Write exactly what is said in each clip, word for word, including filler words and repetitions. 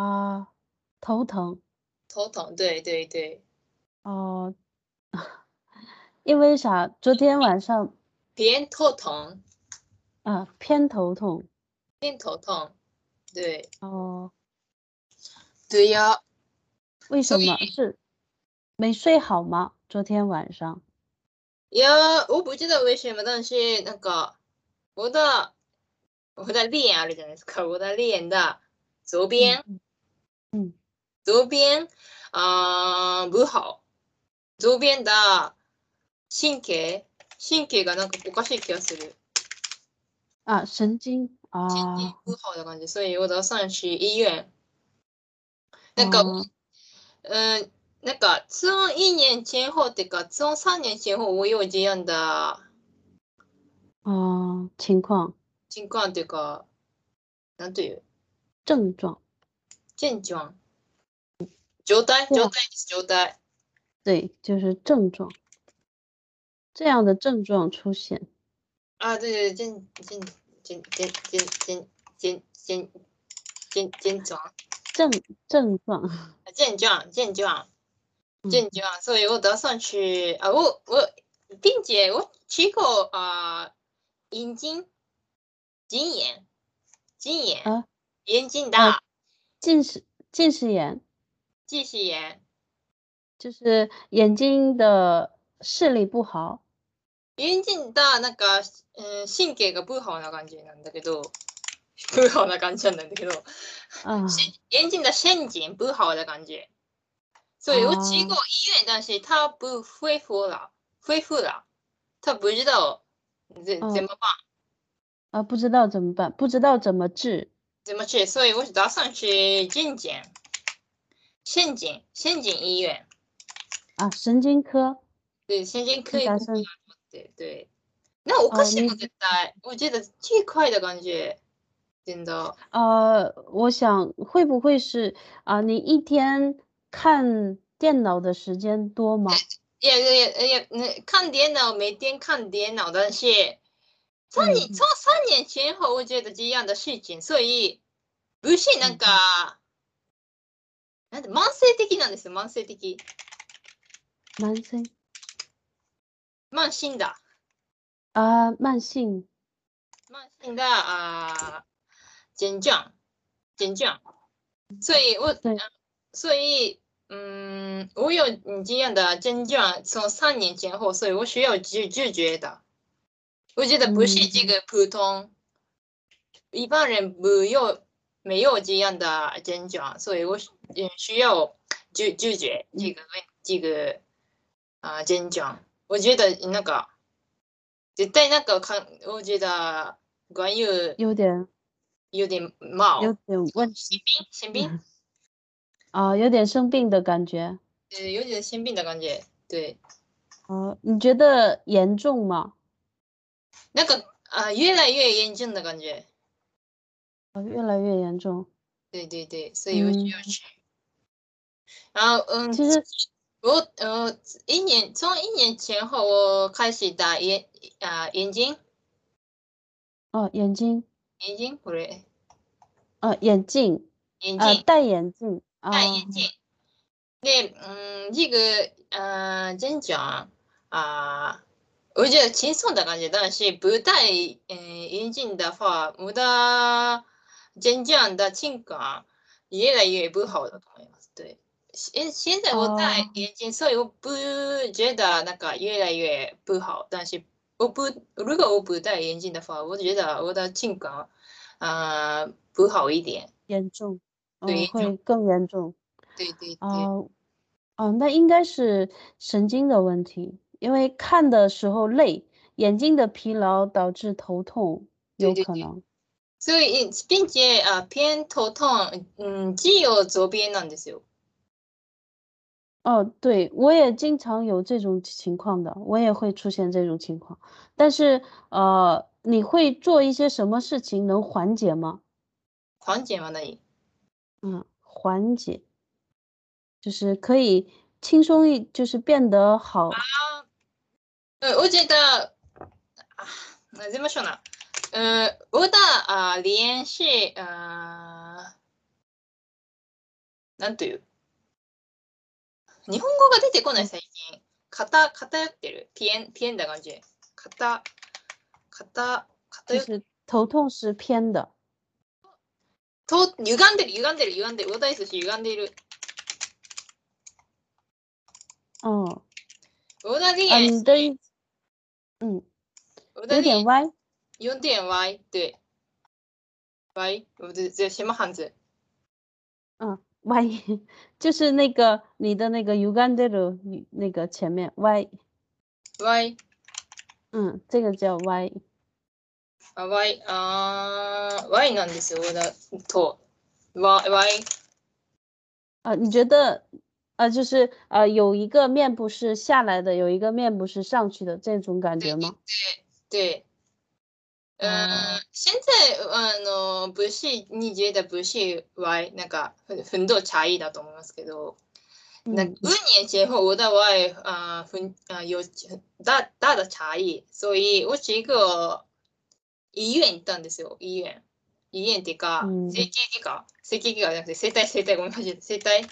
啊，头疼。 头疼，对对对。 哦。因为啥？昨天晚上偏头疼。 啊，偏头痛。 偏头痛，对。 哦。 对呀。 为什么？ 所以是没睡好吗？昨天晚上？ いや、我不知道为什么，但是なんか、我的我的脸あるじゃないですか。我的脸的左边嗯嗯嗯。 左边あ不好。左边的神経神経がなんかおかしい気がする。 啊，神经， 神经啊。 不好的感觉，所以我打算去医院。なんか、 哦。 嗯，なんか从一年前后っていうか、从三年前后我有这样的哦，情况。 情况っていうか、なんという、 症状。 症状状態这样。 状態です、状態。 对，就是症状。这样的症状出现。 啊，对对，症症症症症症症症症症状症症状。 症状症状嗯。 症状，所以我打算去啊，我我并且我去过啊，眼睛睛眼睛眼啊。 眼睛的呃，近视近视眼。 近视眼。 就是眼睛的视力不好。 眼睛的なんか、うん、神経が不好な感じなんだけど、不好な感じなんだけど、 啊。 眼睛的神经不好的感觉。所以我去过啊。 医院，但是他不恢复了，恢复了，他不知道怎怎哦。 么办， 啊，不知道怎么办，不知道怎么治。 怎么治，所以我是打算去健检，神经神经医院， 啊，神经科。 对，神经科医应该是。 对对。那おか哦， しいもん你絶対。我觉得奇怪的感觉，真的。 呃，我想会不会是，啊，你一天看电脑的时间多吗？ 也也也那看电脑，每天看电脑，但是三嗯嗯年从三年前后，我觉得这样的事情，所以不是なん嗯嗯。 かなんて慢性的なんですよ、慢性的。 慢性。 慢性的。 啊，慢性。 慢性的啊症状症状。所以我对。 所以嗯，我有这样的症状，从三年前后，所以我需要拒拒绝的。我觉得不是这嗯。 个普通一般人没有没有这样的症状，所以我嗯需要拒拒绝这嗯。 个问这个啊症状。我觉得那个絶対なんかか我觉得关于有点有点冒有点问题。 生病生病， 啊，有点生病的感觉。 呃有点生病的感觉，对。 哦，你觉得严重吗？ なんか啊越来越严重的感觉， 哦，越来越严重。 对对对，所以我需要嗯。 去。然后嗯， 其实。 我呃一年从一年前后我开始打眼啊眼睛哦，眼睛。 眼睛これ呃，眼镜。呃， 眼镜戴眼镜。 戴啊。 眼镜。で、嗯，这个呃症状啊，我觉得轻松的感觉，但是不戴嗯眼镜的话，我的症状的情况越来越不好的と思います。对。现现在我戴哦。 眼镜，所以我不觉得那个越来越不好。但是我不如果我不戴眼镜的话，我觉得我的情况啊、呃不好一点。 严重。哦， 对，严重。 会更严重。 对对对哦。哦，那应该是神经的问题，因为看的时候累，眼睛的疲劳导致头痛，有对对对。 可能。 所以并且啊偏頭痛、嗯、只有左边なんですよ。 哦，对，我也经常有这种情况的，我也会出现这种情况。但是，呃，你会做一些什么事情能缓解吗？ 缓解は何？ 嗯，缓解。就是可以轻松一就是变得好。 あー我觉得啊，怎么说呢？呃，我的啊联系呃なんという。日本語が出てこない最近。偏偏ってる。ピエンピエンだ感じ。偏偏偏就是头痛是偏的。 と歪んでる歪んでる歪んでる。我的意思是歪んでいる。 哦。 我的脸。 啊，你的意，嗯，有点歪。 有点歪，对。歪，我这这什么汉字？ 嗯，歪，就是那个你的那个 Uganda 的那个前面歪。 歪。 嗯，这个叫歪。 啊歪啊歪なんですよ。だと歪歪。 啊，你觉得啊，就是啊，有一个面部是下来的，有一个面部是上去的这种感觉吗？ 对对。嗯，现在あの武士に觉得武士はなんか很多差异だと思いますけど。那五年前后，我的外啊分啊有大大的差异，所以我是一个医院行ったんですよ。医院。医院っていうか、整形外科整形外科じゃなくて整体整体ごめんなさい整体。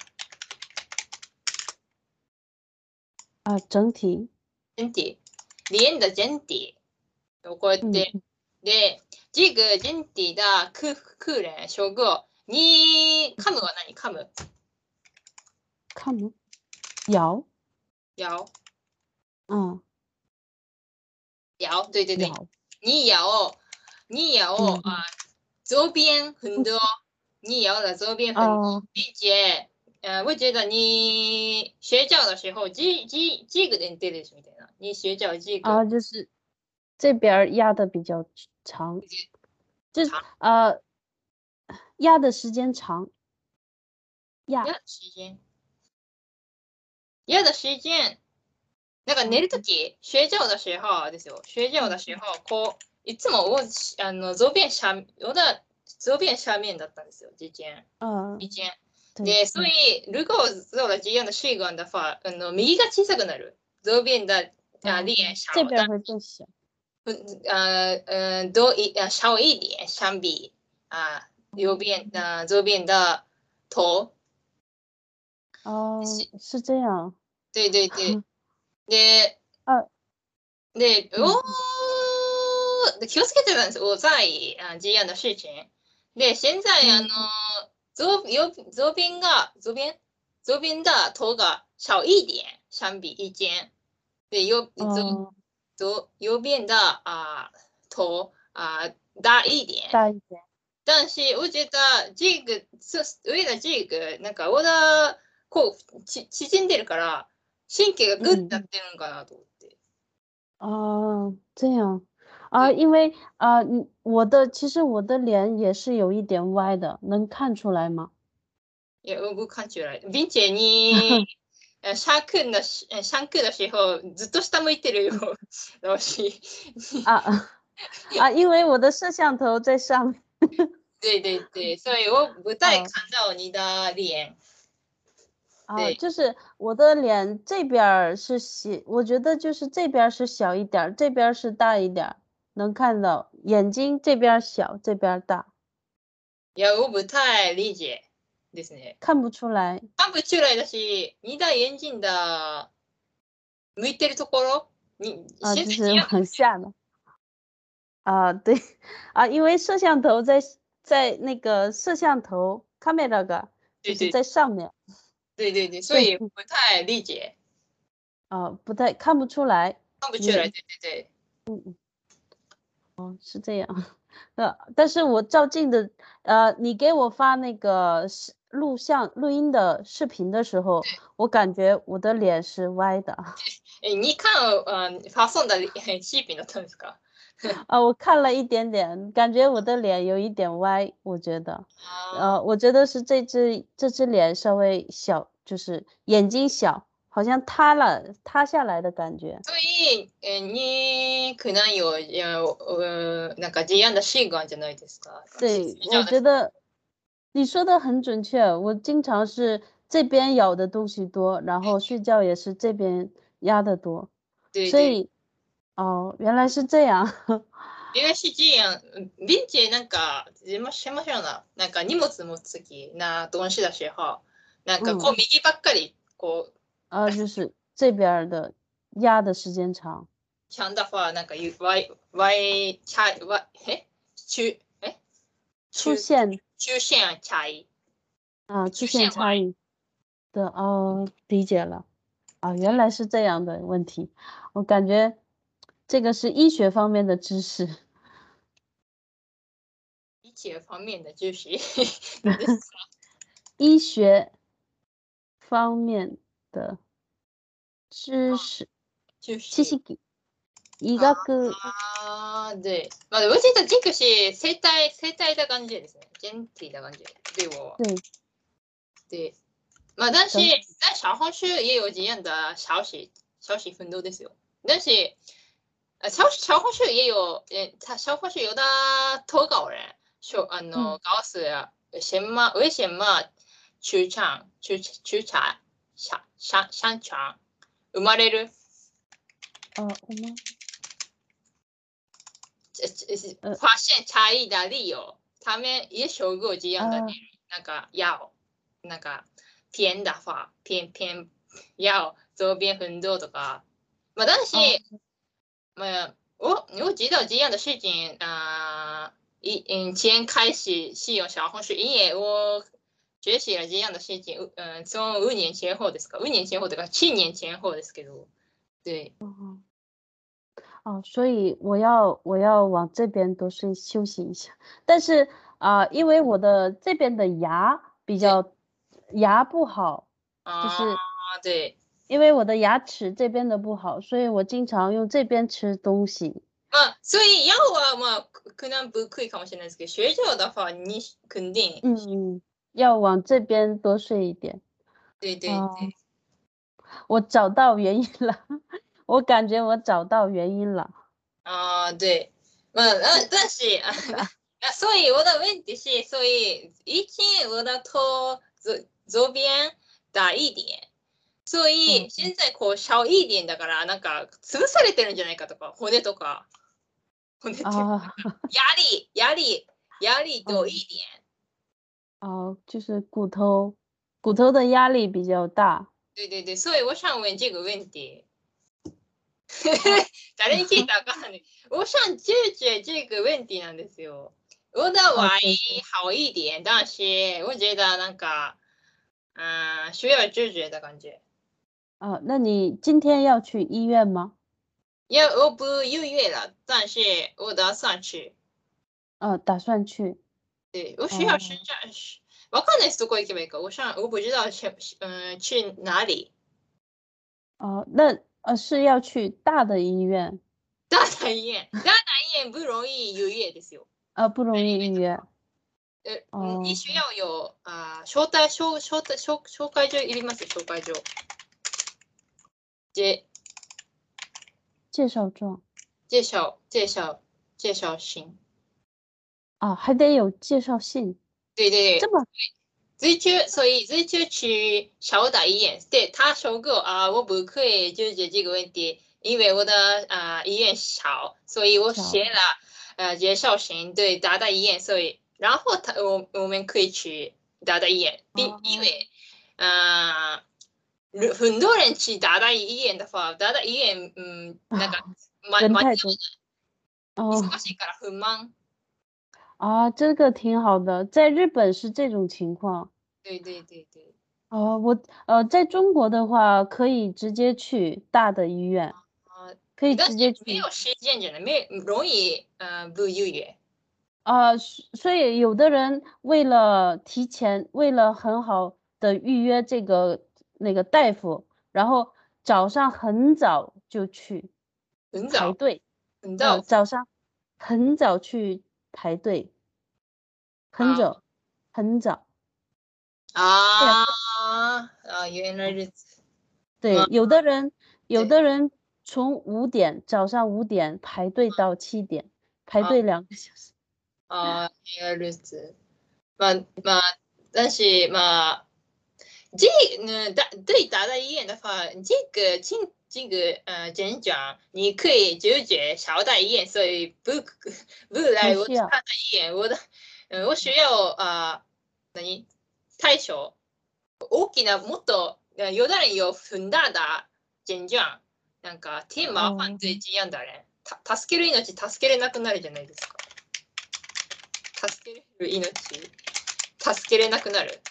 啊，整体。 整体。脸的整体。こうやって。で、这个整体的客客人说过，你噛むは何？噛む。 噛む？咬。 咬。 嗯。 咬，对对对。你咬，你咬啊，左边很多，你咬的左边很多，并且，呃，我觉得你睡觉的时候，这这这个人对的是みたいな。你睡觉这个。 啊，就是这边压的比较长，就呃压的时间长。压。 压的时间。压的时间。なんか寝るとき、睡觉的时候ですよ。睡觉的时候、こう、いつも我あの左边下、我的左边下面だったんですよ、之前。以前。で、所以、如果做了这样的习惯的话、あの右が小さくなる。左边的啊脸小， 这边会更小。 呃呃，多一呃少一点，相比啊右边呃左边的头。 哦，是这样。 对对对。で、で、お気をつけてたんです。我在这样的事情。で、现在あの左右左边が左边左边的头が小一点，相比以前。对，右左左右边的啊头啊大一点。 大一点。 但是我觉得这个为了这个なんか我的こうち縮んでるから神経がグッてなってるのかなと思って。 哦，这样啊，因为啊，我的其实我的脸也是有一点歪的，能看出来吗？ いや、僕看出来。并且你上课の上课的时候ずっと下向いてるよ。老师。 啊啊，因为我的摄像头在上面。 对对对，所以我不太看到你的脸。 啊，就是我的脸这边是小，我觉得就是这边是小一点，这边是大一点，能看到眼睛这边小，这边大。 いや、我不太理解ですね。 看不出来。 看不出来だし、你的眼睛的向いてるところ你啊，就是往下的。啊，对啊，因为摄像头在在那个摄像头 camera が就是在上面。 对对对，所以不太理解。 啊，不太看不出来。 看不出来，对对对。 嗯。哦，是这样。呃，但是我照镜的，呃，你给我发那个录像录音的视频的时候，我感觉我的脸是歪的。 你看呃发送的视频だったんですか？ 啊，我看了一点点，感觉我的脸有一点歪，我觉得。呃，我觉得是这只这只脸稍微小，就是眼睛小，好像塌了塌下来的感觉。 所以你可能有呃なんか这样的习惯じゃないですか？ 对，我觉得你说的很准确，我经常是这边咬的东西多，然后睡觉也是这边压的多。所以哦，原来是这样。 原来是这样。并且なんか什么什么样的なんか荷物持つ時な東西的时候， なんかこう右ばっかりこう。 啊，就是这边的压的时间长。 长的话なんか y y 差 y え中え出现出现差异啊，出现差异的哦，理解了啊，原来是这样的问题，我感觉这个是医学方面的知识。 医学方面的知識医学方面的知識。知識。医学。 あー、で、まあ、我记得这个是生态生態的感じですね。人体的感じ。对我。 对。 对。まあ、但是在小红书也有这样的消息消息很多ですよ。但是呃小小红书也有，呃，他小红书有的投稿人说，あの、告诉什么为什么出场出出场上上上场生まれる？ 呃，我们发现差异的理由，他们也说过这样的内容，那个要那个偏的话，偏偏要周边很多とか，まあ但是，まあ我我知道这样的事情啊，以以前开始使用小红书，因为我学习了这样的事情，嗯，从五年前后ですか，五年前后とか七年前后ですけど，对。 哦，所以我要我要往这边多睡休息一下，但是啊、呃，因为我的这边的牙比较牙不好，就是对， 因为我的牙齿这边的不好，所以我经常用这边吃东西。 まあ、所以牙はまあ可能不可以かもしれないですけど、学校的话你肯定嗯，要往这边多睡一点。 对对对。 哦，我找到原因了，我感觉我找到原因了。 啊，对，まあ、但是所以我的问题是，所以以前我的头左左边大一点，所以現在こう小一点だからなんか潰されてるんじゃないかとか、骨とか骨って啊， 压力压力压力多一点。 哦，就是骨头骨头的压力比较大。 对对对，所以我想问这个问题。誰に聞いたかね。我想解决这个问题なんですよ。我的外好一点，但是我觉得なんか，嗯，需要解决的感觉。 啊，那你今天要去医院吗？ いや、我不预约了，但是我打算去。 呃，打算去。 对，我需要去这，わかんないですどこ行けばいいか。我想我不知道去，嗯，去哪里。 哦，那呃是要去大的医院。 大的医院，大的医院不容易预约ですよ。 呃，不容易预约。 え、你需要有あ招待招招待招紹介状いります紹介状。介介绍状。 介绍介绍介绍信。 啊，还得有介绍信。 对对对。 这么。 最初所以最初去小的医院，对他说过啊，我不可以解决这个问题，因为我的啊医院小，所以我写了呃介绍信对大的医院，所以然后他我我们可以去大的医院，并因为啊很多人去大的医院的话，大的医院嗯なんか人太多。 忙しいから很忙。 啊，这个挺好的，在日本是这种情况。 对对对对。 哦，我呃，在中国的话可以直接去大的医院。 啊， 可以直接去。 没有时间真的没容易呃不预约。 啊，所以有的人为了提前，为了很好的预约这个那个大夫，然后早上很早就去排队。 很早。 呃，早上很早去排队。很早，很早。 啊啊，原来如此。 对，有的人有的人从五点早上五点排队到七点，排队两个小时。 啊，原来如此。まあまあ，但是まあ，这嗯大对大的医院的话，这个请这个呃诊讲，你可以解决小的医院，所以不不来我大的医院，我的嗯我需要啊，等于太小。 大きなもっとよだれを踏んだだじゃんじゃん。なんかテーマファンと一样だね。た助ける命助けれなくなるじゃないですか。助ける命助けれなくなる。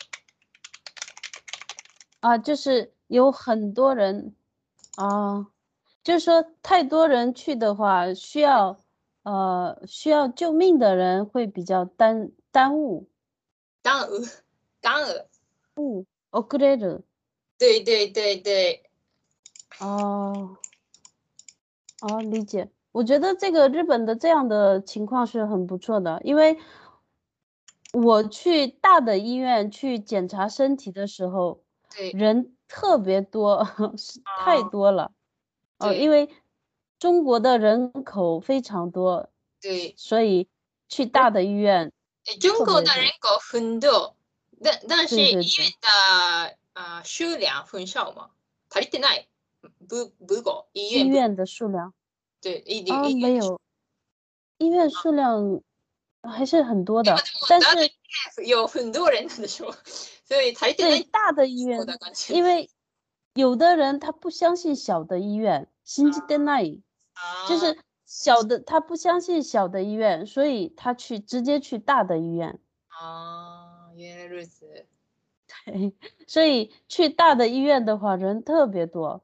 啊，就是有很多人啊，就是说太多人去的话，需要呃需要救命的人会比较耽耽误。 耽误耽误。 遅れる。 对对对对。 哦，哦，理解。我觉得这个日本的这样的情况是很不错的，因为我去大的医院去检查身体的时候，人特别多，是太多了。哦，因为中国的人口非常多， 对， 所以去大的医院中国的人口很多，但但是医院对对对的呃数量很少嘛，足りてない。不不够，医院不医院的数量对医啊， 医院没有，医院数量还是很多でも的， でも但大的医是院有很多人的时候，所以足りてな对い。 大的医院， 的感觉。 因为有的人他不相信小的医院，信じてない，就啊是小的他不相信小的医院，所以他去直接去大的医院。 啊，原来如此。 对，所以去大的医院的话，人特别多。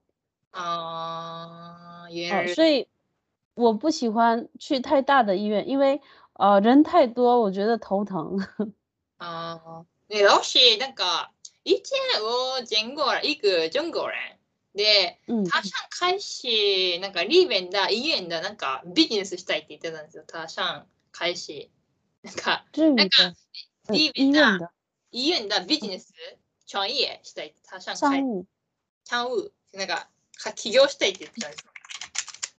啊，原来哦， 如此。 所以我不喜欢去太大的医院，因为呃人太多，我觉得头疼。 あーで、もし、なんか、以前我见过一个中国人で、 嗯， 他想開始、なんか、リーベンだ、医院だ、なんか、ビジネスしたいって言ってたんですよ。他想開始。なんか、 至なんか、 于的，嗯， リーベンだ、 医院的医院だ、ビジネス、创业したいって他想開商务。 商務、なんか、か起業したいって言ってたんですよ。